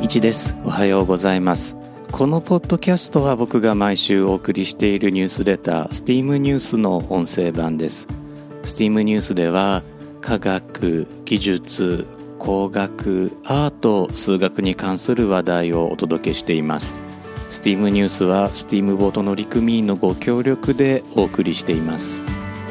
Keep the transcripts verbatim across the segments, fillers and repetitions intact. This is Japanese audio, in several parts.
いちです。おはようございます。このポッドキャストは僕が毎週お送りしているニュースレター スティーム ニュースの音声版です。 スティーム ニュースでは科学、技術、工学、アート、数学に関する話題をお届けしています。 スティーム ニュースは スティーム ボート乗組員のご協力でお送りしています。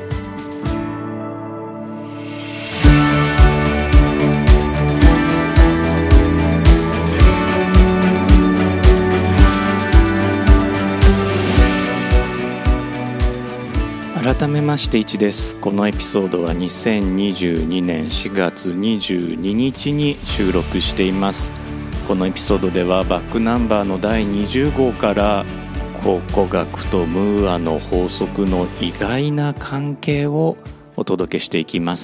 改めましていちです。このエピソードはにせんにじゅうにねんしがつにじゅうににちに収録しています。このエピソードではバックナンバーのだいにじゅうごうから考古学とムーアの法則の意外な関係をお届けしていきます。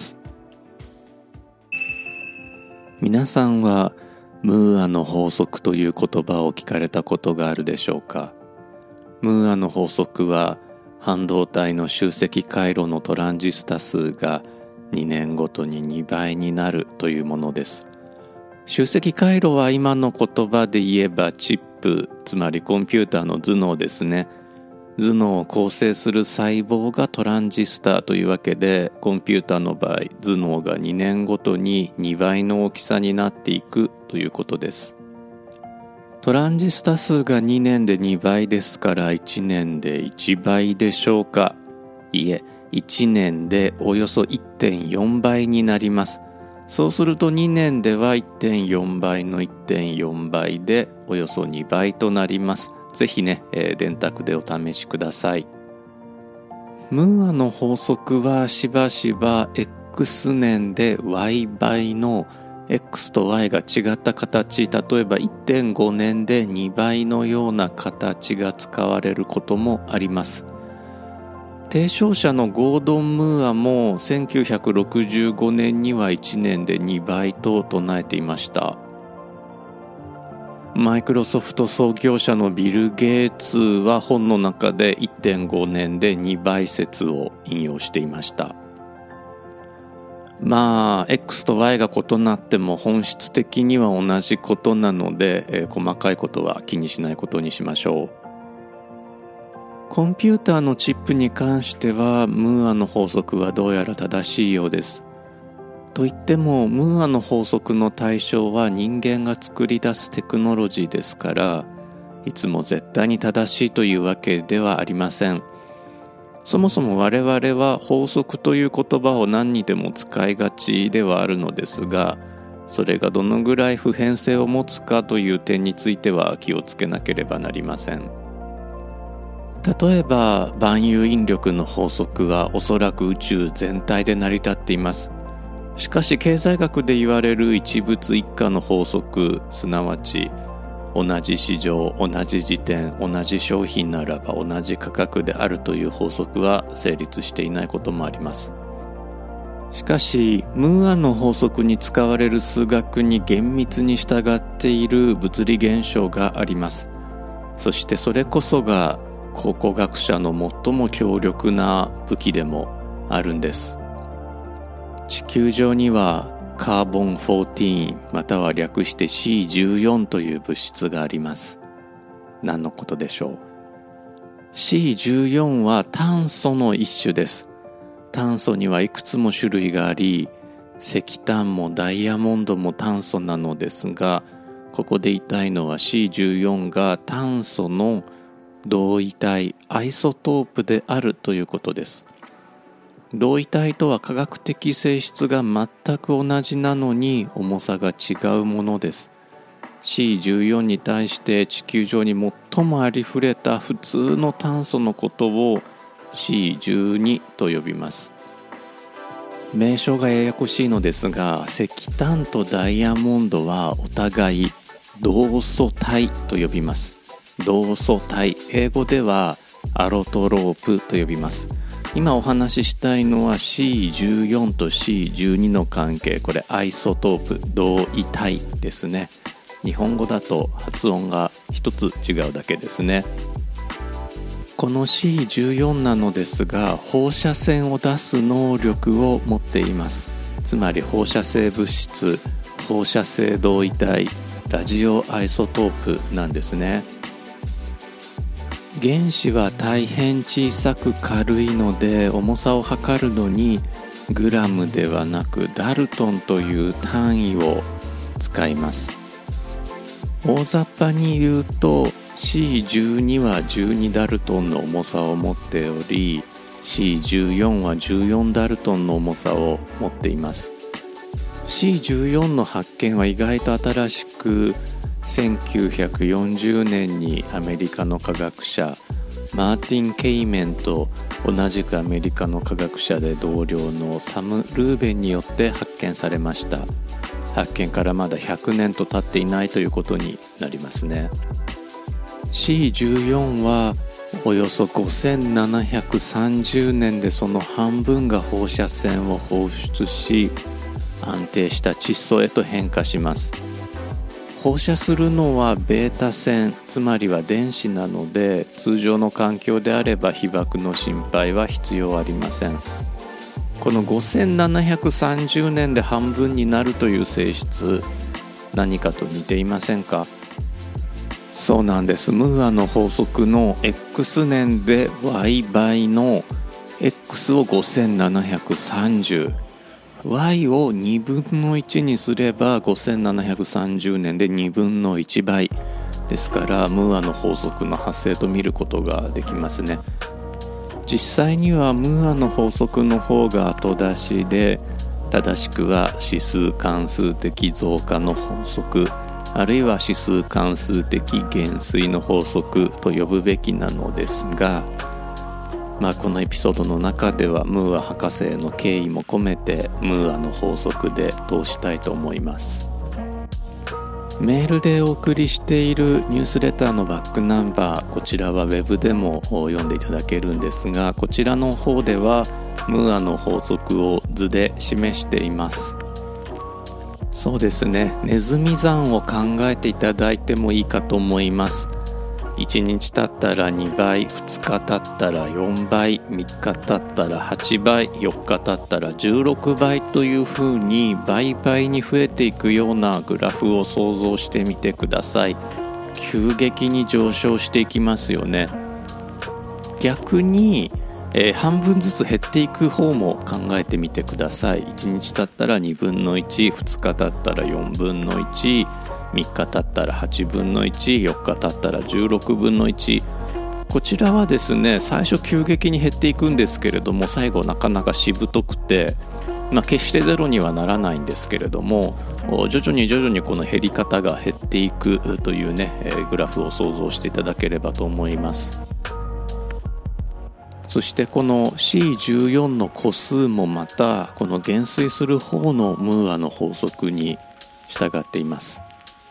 皆さんはムーアの法則という言葉を聞かれたことがあるでしょうか。ムーアの法則は半導体の集積回路のトランジスタ数がにねんごとににばいになるというものです。集積回路は今の言葉で言えばチップ、つまりコンピューターの頭脳ですね。頭脳を構成する細胞がトランジスタというわけで、コンピューターの場合、頭脳がにねんごとににばいの大きさになっていくということです。トランジスタ数がにねんでにばいですからいちねんでいちばいでしょうか。いえ、いちねんでおよそ いってんよんばいになります。そうするとにねんでは いってんよんばいの いってんよんばいでおよそにばいとなります。ぜひね、えー、電卓でお試しください。ムーアの法則はしばしば X 年で Y 倍のX と Y が違った形、例えば いってんごねんでにばいのような形が使われることもあります。提唱者のゴードン・ムーアもせんきゅうひゃくろくじゅうごねんにはいちねんでにばいと唱えていました。マイクロソフト創業者のビル・ゲイツは本の中で いってんごねんでにばい説を引用していました。まあ X と Y が異なっても本質的には同じことなので、えー、細かいことは気にしないことにしましょう。コンピューターのチップに関してはムーアの法則はどうやら正しいようです。といってもムーアの法則の対象は人間が作り出すテクノロジーですから、いつも絶対に正しいというわけではありません。そもそも我々は法則という言葉を何にでも使いがちではあるのですが、それがどのぐらい普遍性を持つかという点については気をつけなければなりません。例えば万有引力の法則はおそらく宇宙全体で成り立っています。しかし経済学で言われる一物一貨の法則、すなわち同じ市場、同じ時点、同じ商品ならば同じ価格であるという法則は成立していないこともあります。しかしムーアの法則に使われる数学に厳密に従っている物理現象があります。そしてそれこそが考古学者の最も強力な武器でもあるんです。地球上にはカーボンじゅうよんまたは略して シーじゅうよん という物質があります。何のことでしょう。 シーじゅうよん は炭素の一種です。炭素にはいくつも種類があり、石炭もダイヤモンドも炭素なのですが、ここで言いたいのは シーじゅうよん が炭素の同位体、アイソトープであるということです。同位体とは科学的性質が全く同じなのに重さが違うものです。シーじゅうよん に対して地球上に最もありふれた普通の炭素のことを シーじゅうに と呼びます。名称がややこしいのですが、石炭とダイヤモンドはお互い同素体と呼びます。同素体、英語ではアロトロープと呼びます。今お話ししたいのは シーじゅうよん と シーじゅうに の関係、これアイソトープ、同位体ですね。日本語だと発音が一つ違うだけですね。この シーじゅうよん なのですが、放射線を出す能力を持っています。つまり放射性物質、放射性同位体、 ラジオアイソトープなんですね。原子は大変小さく軽いので、重さを測るのにグラムではなくダルトンという単位を使います。大雑把に言うと シーじゅうに はじゅうにダルトンの重さを持っており、 シーじゅうよん はじゅうよんダルトンの重さを持っています。 シーじゅうよん の発見は意外と新しく、せんきゅうひゃくよんじゅうねんにアメリカの科学者マーティン・ケイメンと同じくアメリカの科学者で同僚のサム・ルーベンによって発見されました。発見からまだひゃくねんと経っていないということになりますね。 シーじゅうよん はおよそごせんななひゃくさんじゅうねんでその半分が放射線を放出し、安定した窒素へと変化します。放射するのはベータ線、つまりは電子なので、通常の環境であれば被曝の心配は必要ありません。このごせんななひゃくさんじゅうねんで半分になるという性質、何かと似ていませんか？そうなんです。ムーアの法則の X 年で Y 倍の X をごせんななひゃくさんじゅう、Y をにぶんのいちにすればごせんななひゃくさんじゅうねんでにぶんのいちばいですから、ムーアの法則の発生と見ることができますね。実際にはムーアの法則の方が後出しで、正しくは指数関数的増加の法則、あるいは指数関数的減衰の法則と呼ぶべきなのですが、まあ、このエピソードの中ではムーア博士への敬意も込めてムーアの法則で通したいと思います。メールでお送りしているニュースレターのバックナンバー、こちらはウェブでも読んでいただけるんですが、こちらの方ではムーアの法則を図で示しています。そうですね、ネズミ算を考えていただいてもいいかと思います。いちにち経ったらにばい、ふつか経ったらよんばい、みっか経ったらはちばい、よっか経ったらじゅうろくばいというふうに倍々に増えていくようなグラフを想像してみてください。急激に上昇していきますよね。逆に、えー、半分ずつ減っていく方も考えてみてください。いちにち経ったらにぶんのいち、ふつか経ったらよんぶんのいち、みっか経ったらはちぶんのいち、よっか経ったらじゅうろくぶんのいち。こちらはですね、最初急激に減っていくんですけれども、最後なかなかしぶとくて、まあ、決してゼロにはならないんですけれども、徐々に徐々にこの減り方が減っていくというね、えー、グラフを想像していただければと思います。そしてこの シーじゅうよん の個数もまたこの減衰する方のムーアの法則に従っています。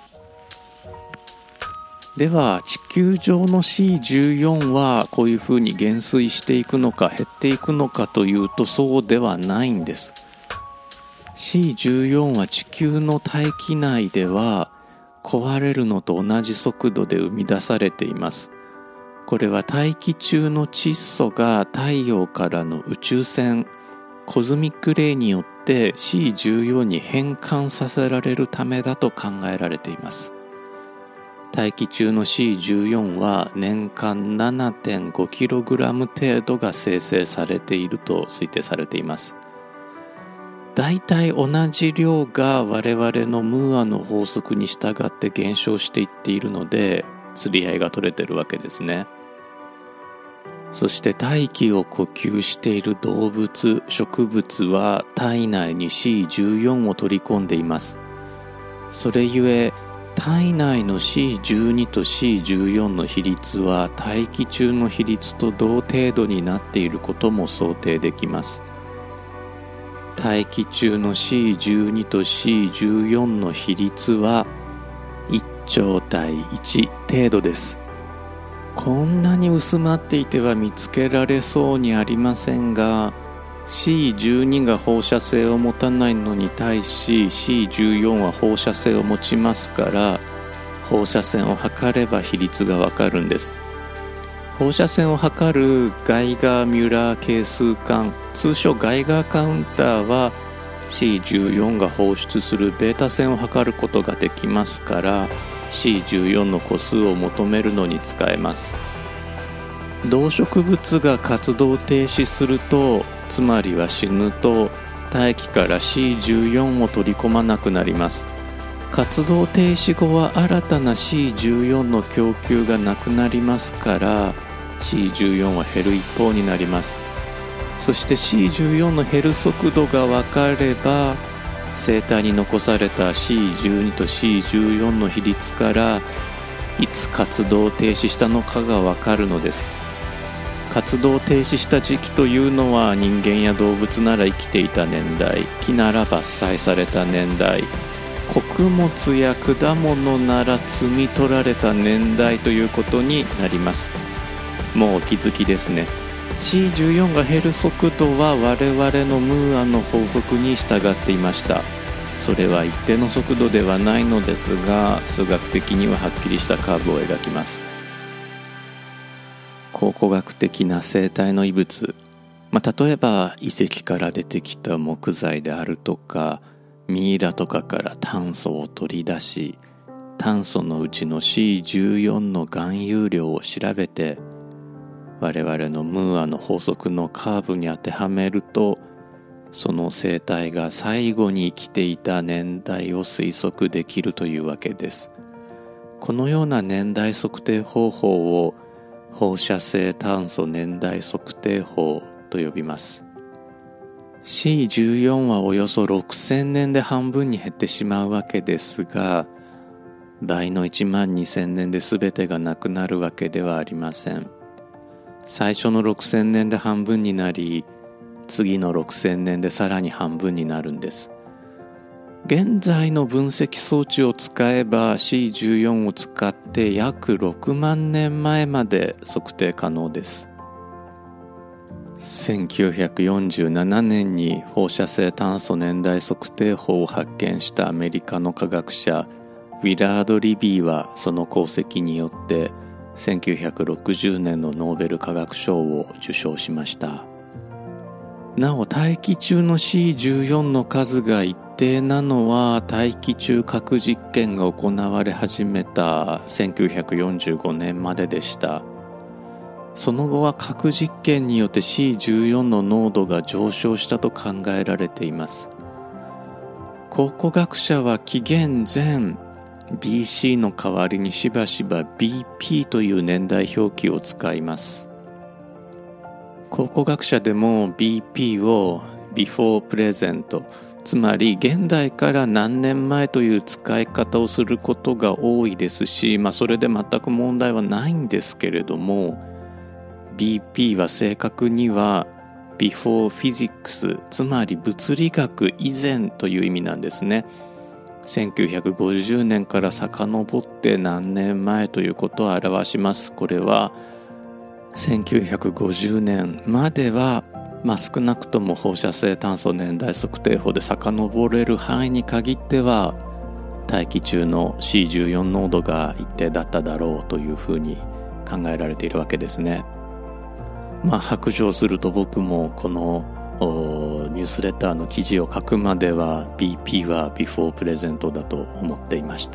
では地球上の シーじゅうよん はこういうふうに減衰していくのか減っていくのかというと、そうではないんです。 シーじゅうよん は地球の大気内では壊れるのと同じ速度で生み出されています。これは大気中の窒素が太陽からの宇宙線コズミックレイによって シーじゅうよん に変換させられるためだと考えられています。大気中の シーじゅうよん は年間 ななてんごキログラム 程度が生成されていると推定されています。だいたい同じ量が我々のムーアの法則に従って減少していっているので、釣り合いが取れているわけですね。そして大気を呼吸している動物、植物は体内に シーじゅうよん を取り込んでいます。それゆえ体内の シーじゅうに と シーじゅうよん の比率は大気中の比率と同程度になっていることも想定できます。大気中の シーじゅうに と シーじゅうよん の比率はいちちょう対いち程度です。こんなに薄まっていては見つけられそうにありませんが、シーじゅうに が放射性を持たないのに対し シーじゅうよん は放射性を持ちますから、放射線を測れば比率がわかるんです。放射線を測るガイガー・ミュラー係数管、通称ガイガーカウンターはシーじゅうよん が放出するベータ線を測ることができますから、 シーじゅうよん の個数を求めるのに使えます。動植物が活動停止すると、つまりは死ぬと、大気から シーじゅうよん を取り込まなくなります。活動停止後は新たな シーじゅうよん の供給がなくなりますから、 シーじゅうよん は減る一方になります。そして シーじゅうよん の減る速度が分かれば、生体に残された シーじゅうに と シーじゅうよん の比率からいつ活動停止したのかが分かるのです。活動停止した時期というのは、人間や動物なら生きていた年代、木なら伐採された年代、穀物や果物なら摘み取られた年代ということになります。もうお気づきですね。 シーじゅうよん が減る速度は我々のムーアの法則に従っていました。それは一定の速度ではないのですが、数学的にははっきりしたカーブを描きます。考古学的な生態の遺物、まあ、例えば遺跡から出てきた木材であるとか、ミイラとかから炭素を取り出し、炭素のうちの シーじゅうよん の含有量を調べて、我々のムーアの法則のカーブに当てはめると、その生態が最後に生きていた年代を推測できるというわけです。このような年代測定方法を放射性炭素年代測定法と呼びます。シーじゅうよん はおよそろくせんねんで半分に減ってしまうわけですが、倍のいちまんにせんねんで全てがなくなるわけではありません。最初のろくせんねんで半分になり、次のろくせんねんでさらに半分になるんです。現在の分析装置を使えば シーじゅうよん を使って約ろくまんねんまえまで測定可能です。せんきゅうひゃくよんじゅうななねんに放射性炭素年代測定法を発見したアメリカの科学者ウィラード・リビーは、その功績によってせんきゅうひゃくろくじゅうねんのノーベル化学賞を受賞しました。なお、大気中の シーじゅうよん の数が一定なのは、大気中核実験が行われ始めたせんきゅうひゃくよんじゅうごねんまででした。その後は核実験によって シーじゅうよん の濃度が上昇したと考えられています。考古学者は紀元前 ビーシー の代わりにしばしば ビーピー という年代表記を使います。考古学者でも ビーピー を Before Present、つまり現代から何年前という使い方をすることが多いですし、まあ、それで全く問題はないんですけれども、 ビーピー は正確には Before Physics、 つまり物理学以前という意味なんですね。せんきゅうひゃくごじゅうねんから遡って何年前ということを表します。これはせんきゅうひゃくごじゅうねんまでは、まあ、少なくとも放射性炭素年代測定法で遡れる範囲に限っては、大気中の シーじゅうよん 濃度が一定だっただろうというふうに考えられているわけですね。まあ、白状すると、僕もこのニュースレターの記事を書くまでは ビーピー は Before Present だと思っていました。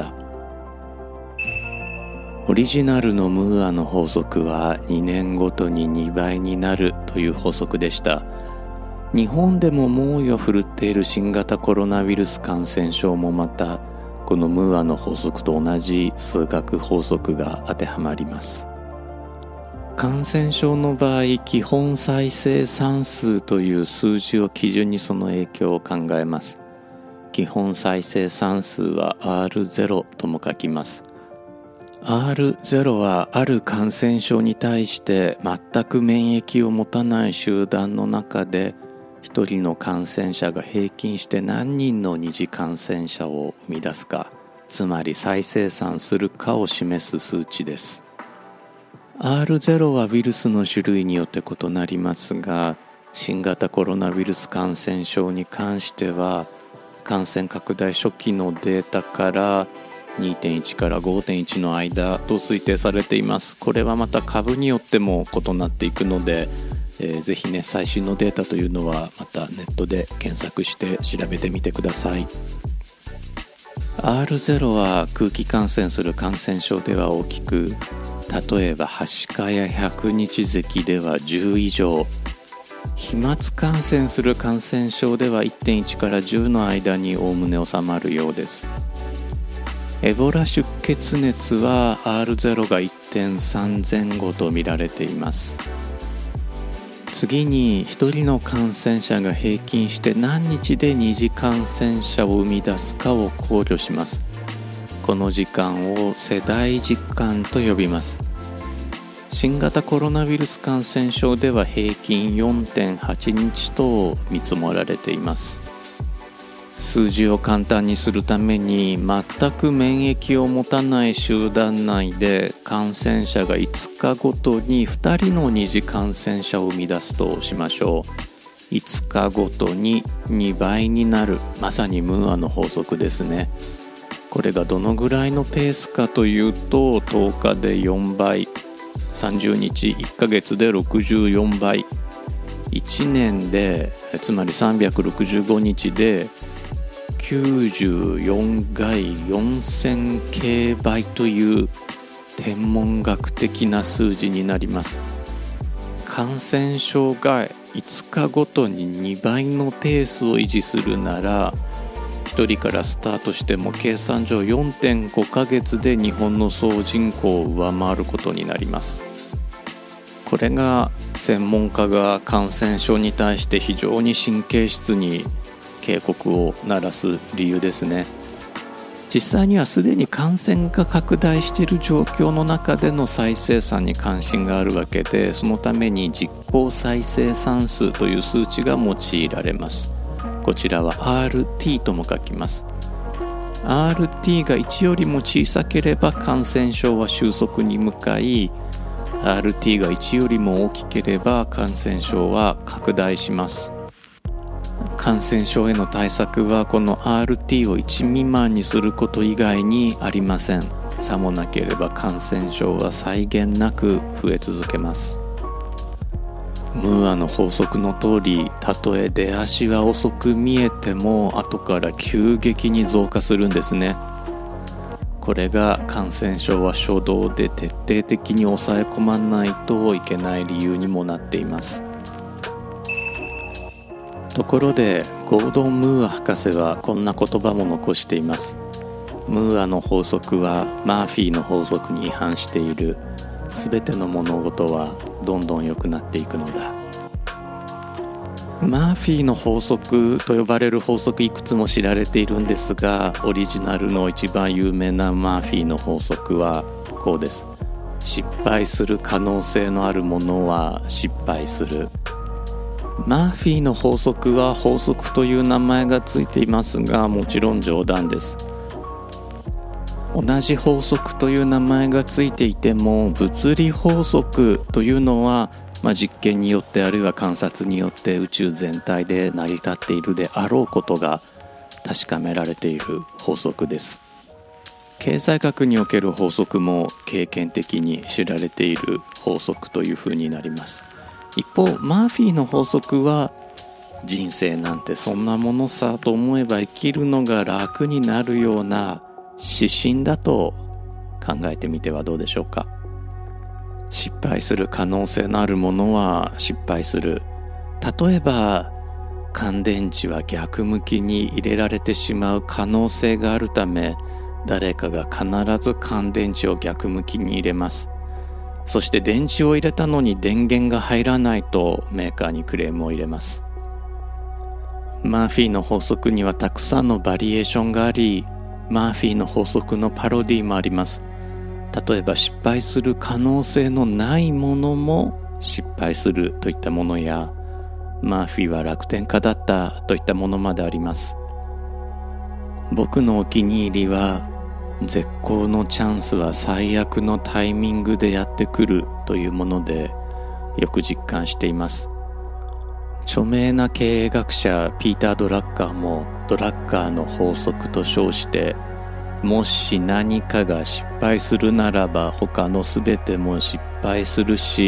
オリジナルのムーアの法則はにねんごとににばいになるという法則でした。日本でも猛威を振るっている新型コロナウイルス感染症もまた、このムーアの法則と同じ数学法則が当てはまります。感染症の場合、基本再生産数という数字を基準にその影響を考えます。基本再生産数は アールゼロ とも書きます。アールゼロ はある感染症に対して全く免疫を持たない集団の中で、一人の感染者が平均して何人の二次感染者を生み出すか、つまり再生産するかを示す数値です。アールゼロ はウイルスの種類によって異なりますが、新型コロナウイルス感染症に関しては、感染拡大初期のデータから にてんいち から ごてんいち の間と推定されています。これはまた株によっても異なっていくので、 えー、ぜひね最新のデータというのはまたネットで検索して調べてみてください。 アールゼロ は空気感染する感染症では大きく、例えばはしかや百日咳ではじゅう以上、飛沫感染する感染症では いってんいち からじゅうの間におおむね収まるようです。エボラ出血熱は アールゼロ が いってんさん 前後と見られています。次にひとりの感染者が平均して何日で二次感染者を生み出すかを考慮します。この時間を世代時間と呼びます。新型コロナウイルス感染症では平均 よんてんはちにちと見積もられています。数字を簡単にするために、全く免疫を持たない集団内で感染者がいつかごとにふたりの二次感染者を生み出すとしましょう。いつかごとににばいになる、まさにムーアの法則ですね。これがどのぐらいのペースかというと、とおかでよんばい、さんじゅうにち、いっかげつでろくじゅうよんばい、いちねんで、つまりさんびゃくろくじゅうごにちできゅうじゅうよんがいよんせんけいばいという天文学的な数字になります。感染症がいつかごとににばいのペースを維持するなら、ひとりからスタートしても計算上 よんてんごかげつで日本の総人口を上回ることになります。これが専門家が感染症に対して非常に神経質に警告を鳴らす理由ですね。実際にはすでに感染が拡大している状況の中での再生産に関心があるわけで、そのために実効再生産数という数値が用いられます。こちらは アールティー とも書きます。 アールティー がいちよりも小さければ感染症は収束に向かい、 アールティー がいちよりも大きければ感染症は拡大します。感染症への対策はこの アールティー をいち未満にすること以外にありません。さもなければ感染症は際限なく増え続けます。ムーアの法則の通り、たとえ出足は遅く見えても後から急激に増加するんですね。これが感染症は初動で徹底的に抑え込まないといけない理由にもなっています。ところでゴードン・ムーア博士はこんな言葉も残しています。ムーアの法則はマーフィーの法則に違反している。すべての物事はどんどん良くなっていくのだ。マーフィーの法則と呼ばれる法則、いくつも知られているんですが、オリジナルの一番有名なマーフィーの法則はこうです。失敗する可能性のあるものは失敗する。マーフィーの法則は法則という名前がついていますが、もちろん冗談です。同じ法則という名前がついていても、物理法則というのは、まあ、実験によってあるいは観察によって宇宙全体で成り立っているであろうことが確かめられている法則です。経済学における法則も経験的に知られている法則というふうになります。一方、マーフィーの法則は、人生なんてそんなものさと思えば生きるのが楽になるような指針だと考えてみてはどうでしょうか。失敗する可能性のあるものは失敗する。例えば乾電池は逆向きに入れられてしまう可能性があるため、誰かが必ず乾電池を逆向きに入れます。そして電池を入れたのに電源が入らないとメーカーにクレームを入れます。マーフィーの法則にはたくさんのバリエーションがあり、マーフィーの法則のパロディもあります。例えば失敗する可能性のないものも失敗するといったものや、マーフィーは楽天家だったといったものまであります。僕のお気に入りは、絶好のチャンスは最悪のタイミングでやってくるというもので、よく実感しています。著名な経営学者ピーター・ドラッカーもドラッカーの法則と称して、もし何かが失敗するならば他のすべても失敗するし、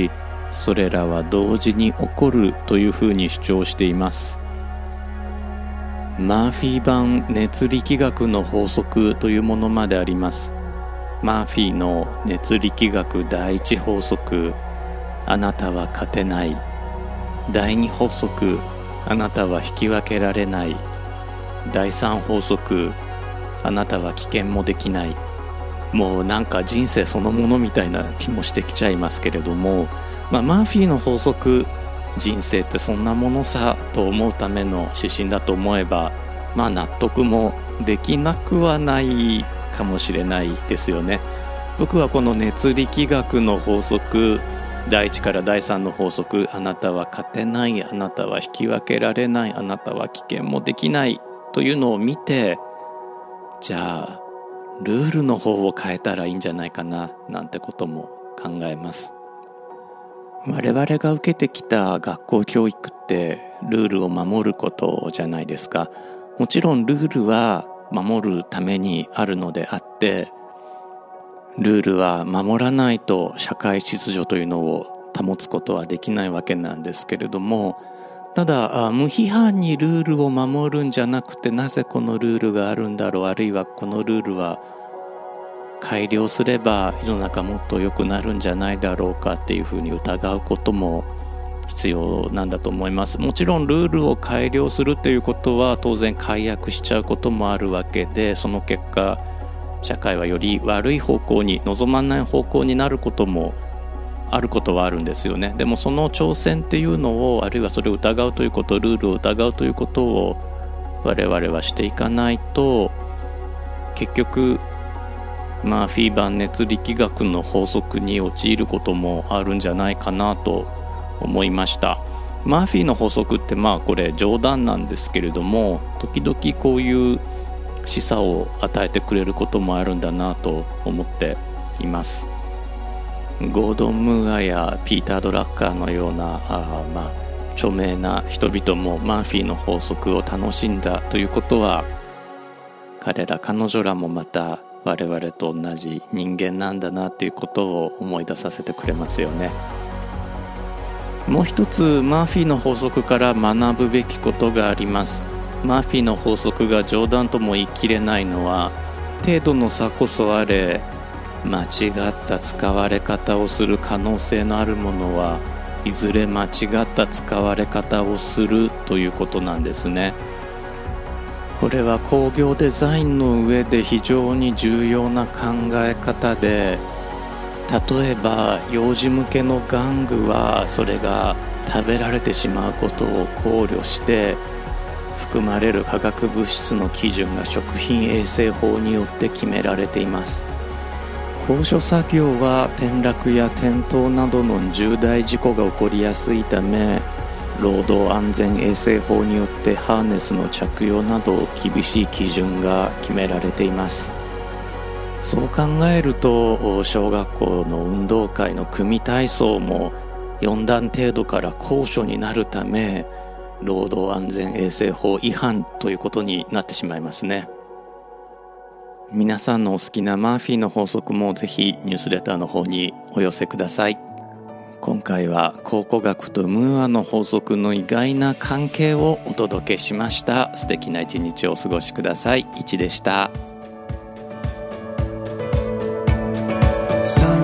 それらは同時に起こるというふうに主張しています。マーフィー版熱力学の法則というものまであります。マーフィーの熱力学第一法則、あなたは勝てない。第二法則、あなたは引き分けられない。第三法則、あなたは危険もできない。もうなんか人生そのものみたいな気もしてきちゃいますけれども、まあ、マーフィーの法則、人生ってそんなものさと思うための指針だと思えば、まあ納得もできなくはないかもしれないですよね。僕はこの熱力学の法則、だいいちからだいさんの法則、あなたは勝てない、あなたは引き分けられない、あなたは危険もできないというのを見て、じゃあルールの方を変えたらいいんじゃないかななんてことも考えます。我々が受けてきた学校教育ってルールを守ることじゃないですか。もちろんルールは守るためにあるのであって、ルールは守らないと社会秩序というのを保つことはできないわけなんですけれども、ただ無批判にルールを守るんじゃなくて、なぜこのルールがあるんだろう、あるいはこのルールは改良すれば世の中もっと良くなるんじゃないだろうかっていうふうに疑うことも必要なんだと思います。もちろんルールを改良するということは当然解約しちゃうこともあるわけで、その結果社会はより悪い方向に、望まない方向になることもあることはあるんですよね。でもその挑戦っていうのを、あるいはそれを疑うということ、ルールを疑うということを我々はしていかないと、結局マーフィー版熱力学の法則に陥ることもあるんじゃないかなと思いました。マーフィーの法則ってまあこれ冗談なんですけれども、時々こういう示唆を与えてくれることもあるんだなと思っています。ゴードン・ムーアやピーター・ドラッカーのようなあまあ著名な人々もマーフィーの法則を楽しんだということは、彼ら彼女らもまた我々と同じ人間なんだなということを思い出させてくれますよね。もう一つマーフィーの法則から学ぶべきことがあります。マーフィーの法則が冗談とも言い切れないのは、程度の差こそあれ、間違った使われ方をする可能性のあるものはいずれ間違った使われ方をするということなんですね。これは工業デザインの上で非常に重要な考え方で、例えば幼児向けの玩具はそれが食べられてしまうことを考慮して含まれる化学物質の基準が食品衛生法によって決められています。高所作業は転落や転倒などの重大事故が起こりやすいため、労働安全衛生法によってハーネスの着用など厳しい基準が決められています。そう考えると小学校の運動会の組体操もよん段程度から高所になるため、労働安全衛生法違反ということになってしまいますね。皆さんのお好きなマーフィーの法則もぜひニュースレターの方にお寄せください。今回は考古学とムーアの法則の意外な関係をお届けしました。素敵な一日をお過ごしください。いちでした。